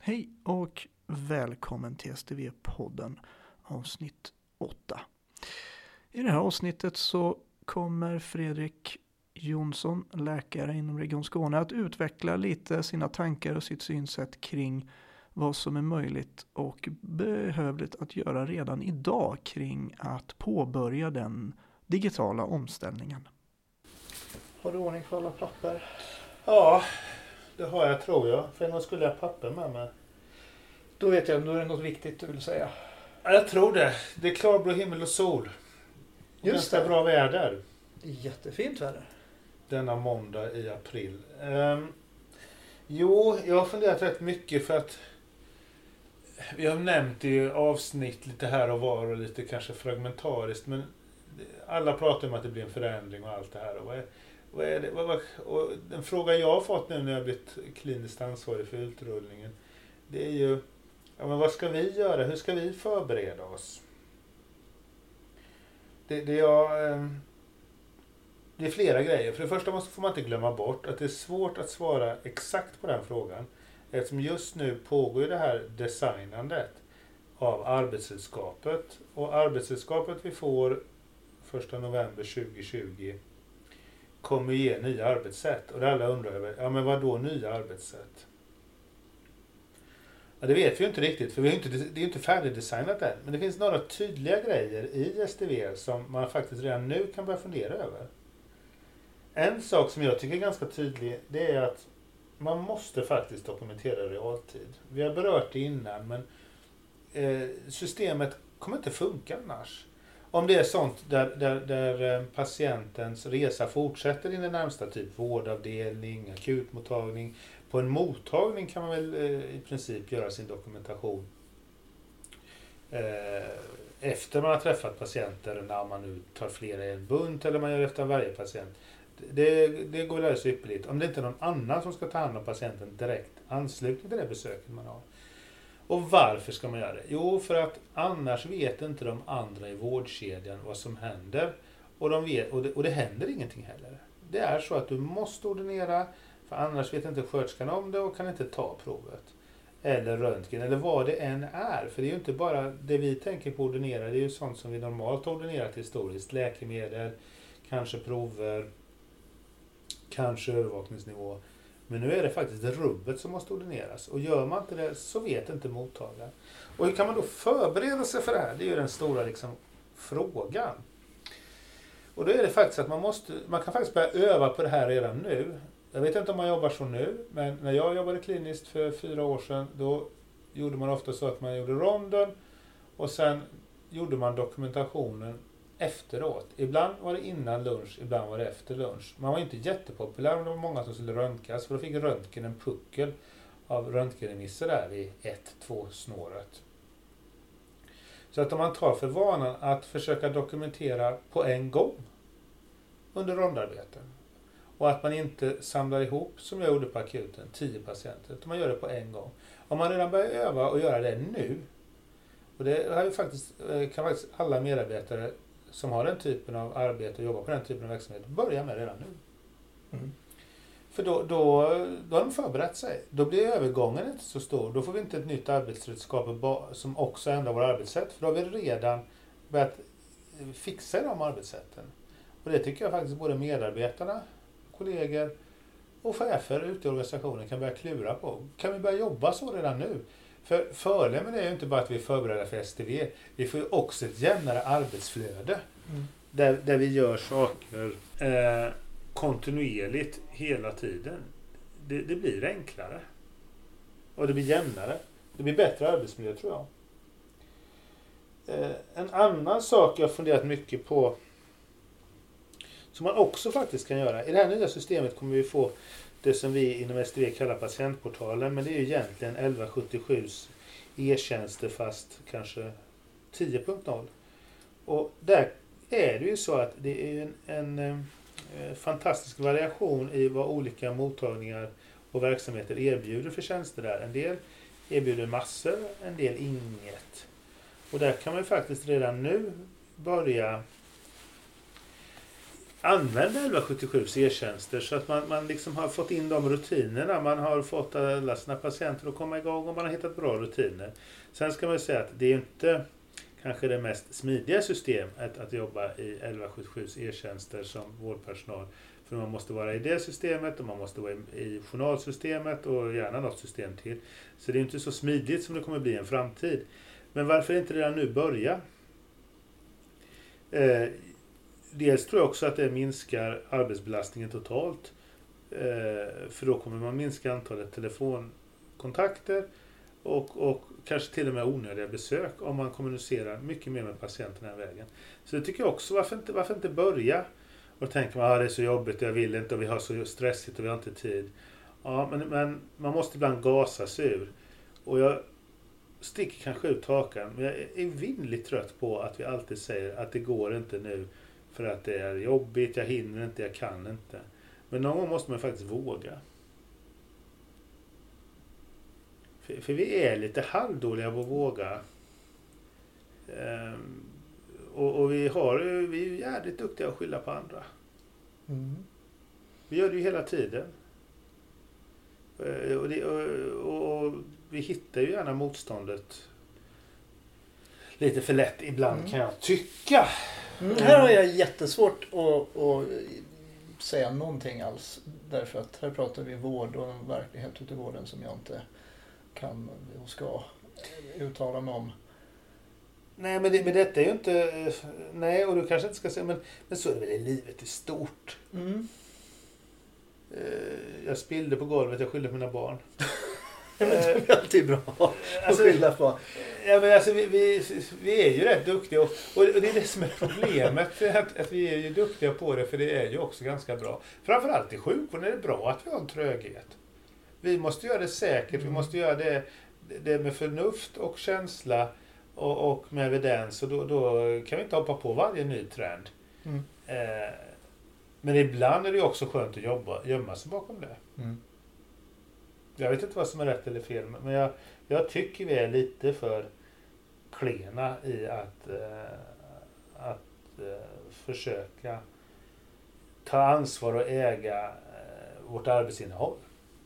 Hej och välkommen till STV-podden avsnitt 8. I det här avsnittet så kommer Fredrik Jonsson, läkare inom Region Skåne, att utveckla lite sina tankar och sitt synsätt kring vad som är möjligt och behövligt att göra redan idag kring att påbörja den digitala omställningen. Har du ordning för alla papper? Ja, det har jag tror jag. För en gång skulle jag ha papper med mig. Då vet jag, då är det något viktigt du vill säga. Ja, jag tror det. Det är klarblå himmel och sol. Och ganska bra väder. Det är jättefint väder. Denna måndag i april. Jo, jag har funderat rätt mycket för att vi har nämnt i avsnitt lite här och var och lite kanske fragmentariskt, men alla pratar om att det blir en förändring och allt det här. Och vad är det? Och den fråga jag har fått nu när jag blivit kliniskt ansvarig för utrullningen, det är ju, ja, men vad ska vi göra? Hur ska vi förbereda oss? Det är flera grejer. För det första får man inte glömma bort att det är svårt att svara exakt på den frågan. Eftersom just nu pågår det här designandet av arbetsredskapet. Och arbetsredskapet vi får 1 november 2020 kommer ge nya arbetssätt. Och det alla undrar över, ja men vad då nya arbetssätt? Ja, det vet vi ju inte riktigt, för det är inte färdigdesignat än. Men det finns några tydliga grejer i STV som man faktiskt redan nu kan börja fundera över. En sak som jag tycker är ganska tydlig, det är att man måste faktiskt dokumentera i realtid. Vi har berört det innan, men systemet kommer inte funka annars. Om det är sånt där patientens resa fortsätter i den närmsta, typ vårdavdelning, akutmottagning. På en mottagning kan man väl i princip göra sin dokumentation efter man har träffat patienter, när man nu tar flera i en bunt eller man gör efter varje patient. Det går alldeles ypperligt. Om det inte är någon annan som ska ta hand om patienten direkt anslutning till det besöket man har. Och varför ska man göra det? Jo, för att annars vet inte de andra i vårdkedjan vad som händer. Och det händer ingenting heller. Det är så att du måste ordinera, för annars vet inte sköterskan om det och kan inte ta provet. Eller röntgen, eller vad det än är. För det är ju inte bara det vi tänker på ordinera, det är ju sånt som vi normalt har ordinerat historiskt. Läkemedel, kanske prover, kanske övervakningsnivå. Men nu är det faktiskt rubbet som måste ordineras. Och gör man inte det så vet inte mottagaren. Och hur kan man då förbereda sig för det här? Det är ju den stora frågan. Och då är det faktiskt att man kan faktiskt börja öva på det här redan nu. Jag vet inte om man jobbar så nu, men när jag jobbade kliniskt för 4 år sedan, då gjorde man ofta så att man gjorde ronden och sen gjorde man dokumentationen efteråt. Ibland var det innan lunch, ibland var det efter lunch. Man var inte jättepopulär, men det var många som skulle röntgas, för då fick röntgen en puckel av röntgenremisser där vid 1-2 snåret. Så att om man tar för vanan att försöka dokumentera på en gång under rondarbeten, och att man inte samlar ihop, som jag gjorde på akuten, 10 patienter, utan man gör det på en gång. Om man redan börjar öva och göra det nu, och det har ju kan faktiskt alla medarbetare som har den typen av arbete och jobbar på den typen av verksamhet börja med redan nu. Mm. För då har de förberett sig. Då blir övergången inte så stor. Då får vi inte ett nytt arbetsredskap som också ändrar våra arbetssätt. För då har vi redan börjat fixa de arbetssätten. Och det tycker jag faktiskt både medarbetarna, kollegor och chefer ute i organisationen kan börja klura på. Kan vi börja jobba så redan nu? För fördelen med det är ju inte bara att vi är förberedda för STV. Vi får ju också ett jämnare arbetsflöde. Där vi gör saker kontinuerligt hela tiden. Det blir enklare. Och det blir jämnare. Det blir bättre arbetsmiljö, tror jag. En annan sak jag har funderat mycket på, som man också faktiskt kan göra. I det här nya systemet kommer vi få det som vi inom STV kallar patientportalen, men det är ju egentligen 1177s e-tjänster fast kanske 10.0. Och där är det ju så att det är en fantastisk variation i vad olika mottagningar och verksamheter erbjuder för tjänster där. En del erbjuder massor, en del inget. Och där kan man ju faktiskt redan nu börja använda 1177s e-tjänster så att man liksom har fått in de rutinerna. Man har fått alla sina patienter att komma igång och man har hittat bra rutiner. Sen ska man säga att det är inte kanske det mest smidiga systemet att jobba i 1177s e-tjänster som vårdpersonal. För man måste vara i det systemet och man måste vara i journalsystemet och gärna något system till. Så det är inte så smidigt som det kommer bli i en framtid. Men varför inte redan nu börja? Dels tror jag också att det minskar arbetsbelastningen totalt. För då kommer man minska antalet telefonkontakter och kanske till och med onödiga besök om man kommunicerar mycket mer med patienten den vägen. Så det tycker jag också, varför inte börja? Och då tänker man, det är så jobbigt, jag vill inte och vi har så stressigt och vi har inte tid. Ja, men man måste ibland gasa sig ur. Och jag sticker kanske ut hakan, men jag är vinnligt trött på att vi alltid säger att det går inte nu för att det är jobbigt, jag hinner inte, jag kan inte. Men någon gång måste man faktiskt våga. För vi är lite halvdåliga på att våga. Och vi är jävligt duktiga att skylla på andra. Mm. Vi gör det ju hela tiden. Och vi hittar ju gärna motståndet lite för lätt ibland kan jag tycka. Här har jag jättesvårt att säga någonting alls. Därför att här pratar vi vård och en verklighet ute i vården som jag inte kan och ska uttala mig om. Nej, men detta är ju inte... Nej, och du kanske inte ska säga... Men så är det väl i livet i stort. Mm. Jag spillde på golvet, jag skyllde på mina barn. Ja, men det är alltid bra att skylla på. Ja, men alltså vi är ju rätt duktiga. Och det är det som är problemet. Att vi är ju duktiga på det, för det är ju också ganska bra. Framförallt i sjukvården är det bra att vi har en tröghet. Vi måste göra det säkert. Vi måste göra det med förnuft och känsla. Och med evidens, och då kan vi inte hoppa på varje ny trend. Mm. Men ibland är det också skönt att gömma sig bakom det. Mm. Jag vet inte vad som är rätt eller fel, men jag tycker vi är lite för klena i att försöka ta ansvar och äga vårt arbetsinnehåll.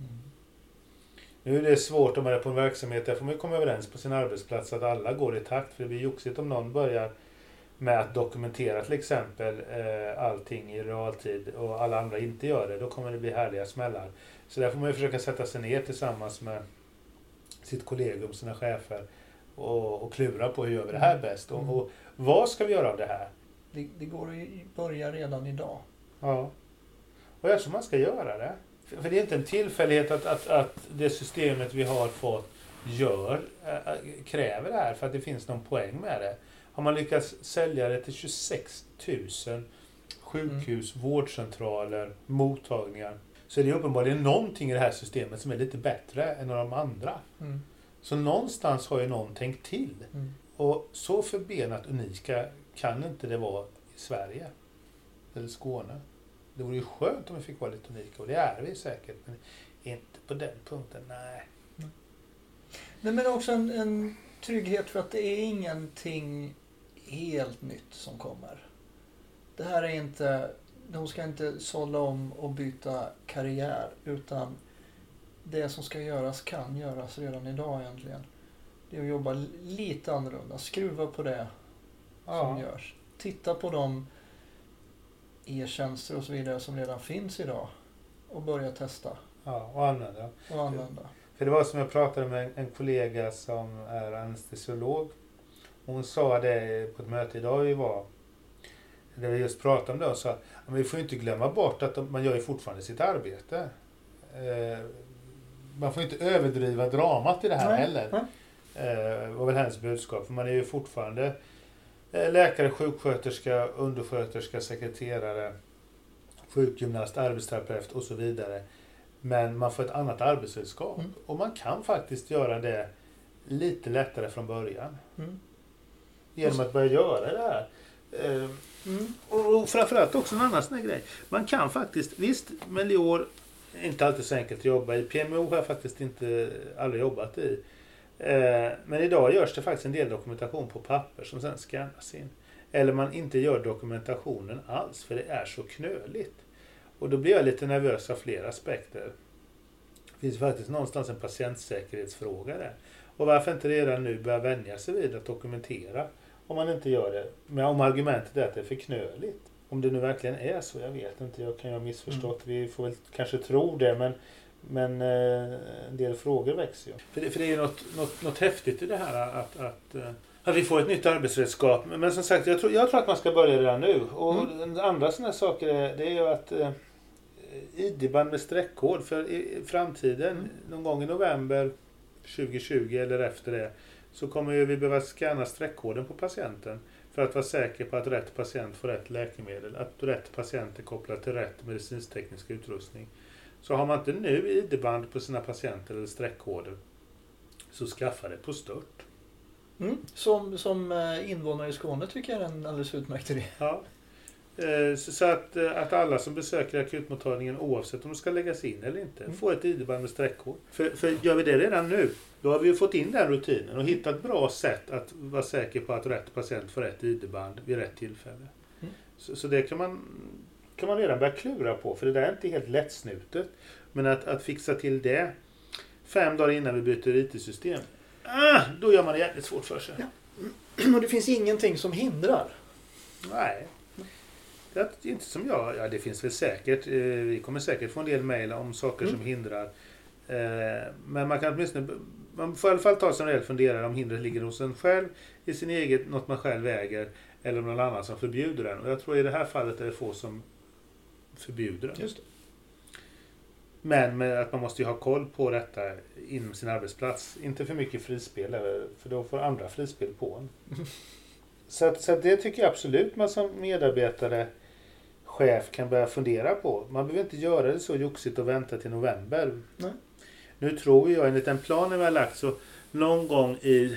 Nu är det svårt om man är på en verksamhet, där får man komma överens på sin arbetsplats att alla går i takt, för det blir joxigt om någon börjar med att dokumentera till exempel allting i realtid och alla andra inte gör det. Då kommer det bli härliga smällar. Så där får man ju försöka sätta sig ner tillsammans med sitt kollegium, sina chefer och klura på hur gör vi det här bäst och vad ska vi göra av det här? Det går att börja redan idag. Ja, och jag tror man ska göra det. För det är inte en tillfällighet att det systemet vi har fått kräver det här för att det finns någon poäng med det. Har man lyckats sälja det till 26 000 sjukhus, vårdcentraler, mottagningar, så är det uppenbarligen någonting i det här systemet som är lite bättre än de andra. Mm. Så någonstans har ju någon tänkt till. Mm. Och så förbenat unika kan inte det vara i Sverige eller Skåne. Det vore ju skönt om vi fick vara lite unika, och det är vi säkert, men inte på den punkten, nej. Nej, men också en trygghet för att det är ingenting helt nytt som kommer. Det här är inte, de ska inte sålla om och byta karriär, utan det som ska göras kan göras redan idag egentligen. Det är att jobba lite annorlunda, skruva på det som görs. Titta på de e-tjänster och så vidare som redan finns idag och börja testa. Ja, och använda. För det var som jag pratade med en kollega som är anestesiolog. Hon sa det på ett möte idag vi var, där vi just pratade om det, och sa att vi får inte glömma bort att man gör ju fortfarande sitt arbete. Man får inte överdriva dramat i det här heller. Var väl hennes budskap. För man är ju fortfarande läkare, sjuksköterska, undersköterska, sekreterare, sjukgymnast, arbetsterapeut och så vidare. Men man får ett annat arbetsredskap. Och man kan faktiskt göra det lite lättare från början. Genom att börja göra det här. Och framförallt också en annan sån här grej. Man kan faktiskt, visst, men i år är inte alltid så enkelt att jobba i. PMO har jag faktiskt aldrig jobbat i. Men idag görs det faktiskt en del dokumentation på papper som sen scannas in. eller man inte gör dokumentationen alls för det är så knöligt. Och då blir jag lite nervös av flera aspekter. Det finns faktiskt någonstans en patientsäkerhetsfråga där. Och varför inte redan nu börja vänja sig vid att dokumentera om man inte gör det. Men om argumentet är att det är för knöligt. Om det nu verkligen är så, jag vet inte. Jag kan ju ha missförstått. Vi får väl kanske tro det, men en del frågor växer ju. För det är ju något häftigt i det här att vi får ett nytt arbetsredskap. Men som sagt, jag tror att man ska börja redan nu. Och andra sådana saker det är ju att ID-band med streckkod för i framtiden, någon gång i november 2020 eller efter det, så kommer vi behöva scanna streckkoden på patienten för att vara säker på att rätt patient får rätt läkemedel, att rätt patient är kopplad till rätt medicinteknisk utrustning. Så har man inte nu ID-band på sina patienter eller streckkoder, så skaffa det på stört. Som invånare i Skåne tycker jag är en alldeles utmärkt idé. Ja. Så att alla som besöker akutmottagningen, oavsett om de ska läggas in eller inte, får ett ID-band med streckkod. För gör vi det redan nu, då har vi ju fått in den rutinen och hittat ett bra sätt att vara säker på att rätt patient får rätt ID-band vid rätt tillfälle. Så det kan man redan börja klura på, för det där är inte helt lättsnutet. Men att fixa till det 5 dagar innan vi byter IT-system, då gör man det jävligt svårt för sig. Ja. Och det finns ingenting som hindrar. Nej. Det är inte som jag. Ja, det finns väl säkert. Vi kommer säkert få en del mejl om saker som hindrar. Men man kan åtminstone, man får i alla fall ta sig en rejäl funderare om hindret ligger hos en själv, i sin eget, något man själv äger, eller om någon annan som förbjuder den. Och jag tror i det här fallet är det få som förbjuder den. Just det. Men med att man måste ju ha koll på detta inom sin arbetsplats. Inte för mycket frispel, för då får andra frispel på en. Så det tycker jag absolut man som medarbetare, chef kan börja fundera på. Man behöver inte göra det så joxigt och vänta till november. Nej. Nu tror jag enligt den planen vi har lagt så någon gång i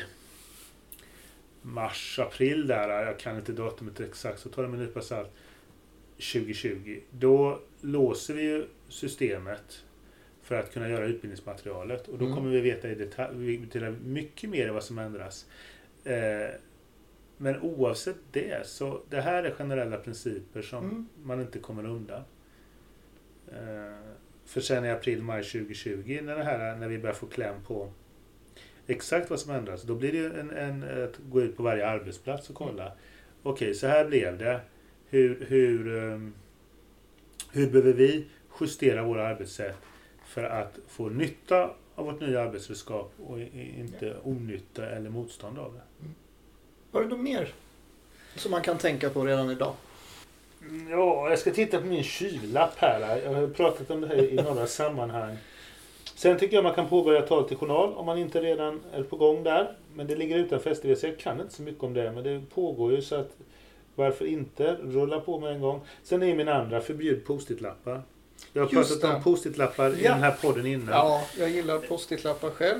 mars, april där, jag kan inte datumet exakt, så tar det en minut på salt, 2020. Då låser vi ju systemet för att kunna göra utbildningsmaterialet. Och då kommer vi veta i detalj mycket mer vad som ändras. Men oavsett det, så det här är generella principer som man inte kommer undan. För sen i april, maj 2020 när vi börjar få kläm på exakt vad som ändras, då blir det att gå ut på varje arbetsplats och kolla. Okej, så här blev det. Hur behöver vi justera våra arbetssätt för att få nytta av vårt nya arbetsredskap och inte onytta eller motstånd av det. Har du något mer som man kan tänka på redan idag? Ja, jag ska titta på min kyllapp här. Jag har pratat om det här i några sammanhang. Sen tycker jag man kan påbörja tal till journal om man inte redan är på gång där. Men det ligger utanför STV, så jag kan inte så mycket om det. Men det pågår ju, så att varför inte rulla på med en gång. Sen är min andra, förbjud post-it-lappar. Jag har pratat om post-it-lappar i den här podden innan. Ja, jag gillar post-it-lappar själv.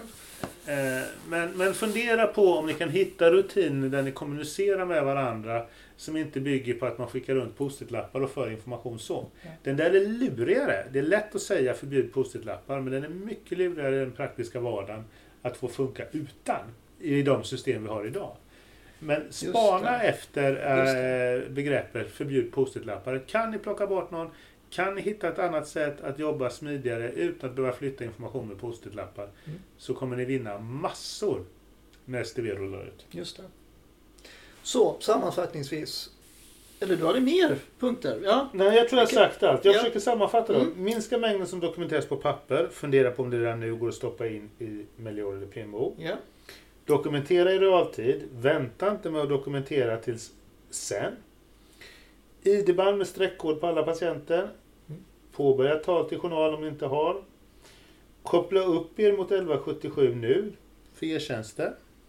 Men fundera på om ni kan hitta rutiner där ni kommunicerar med varandra som inte bygger på att man skickar runt post-it-lappar och för information så. Ja. Den där är lurigare. Det är lätt att säga förbjud post-it-lappar, men den är mycket lurigare i den praktiska vardagen att få funka utan i de system vi har idag. Men spana efter begreppet förbjud post-it-lappar. Kan ni plocka bort någon? Kan ni hitta ett annat sätt att jobba smidigare utan att behöva flytta information med post-it-lappar, så kommer ni vinna massor när STV rullar ut. Just det. Så, sammanfattningsvis. Eller du hade mer punkter? Ja. Nej, jag tror jag har sagt allt. Jag försöker sammanfatta då. Minska mängden som dokumenteras på papper. Fundera på om det redan nu går att stoppa in i Melior eller PMO. Ja. Dokumentera i realtid. Vänta inte med att dokumentera tills sen. ID-band med streckkod på alla patienter. Påbörja tal till journal om ni inte har. Koppla upp er mot 1177 nu för e-tjänster.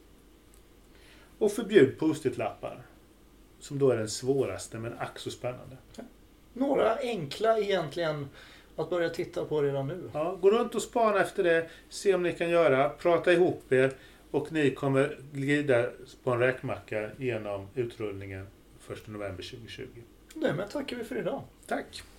Och förbjud post-it-lappar, som då är den svåraste men ack så spännande. Några enkla egentligen att börja titta på redan nu. Ja, gå runt och spana efter det. Se om ni kan göra. Prata ihop er. Och ni kommer glida på en räkmacka genom utrullningen 1 november 2020. Därmed tackar vi för idag. Tack.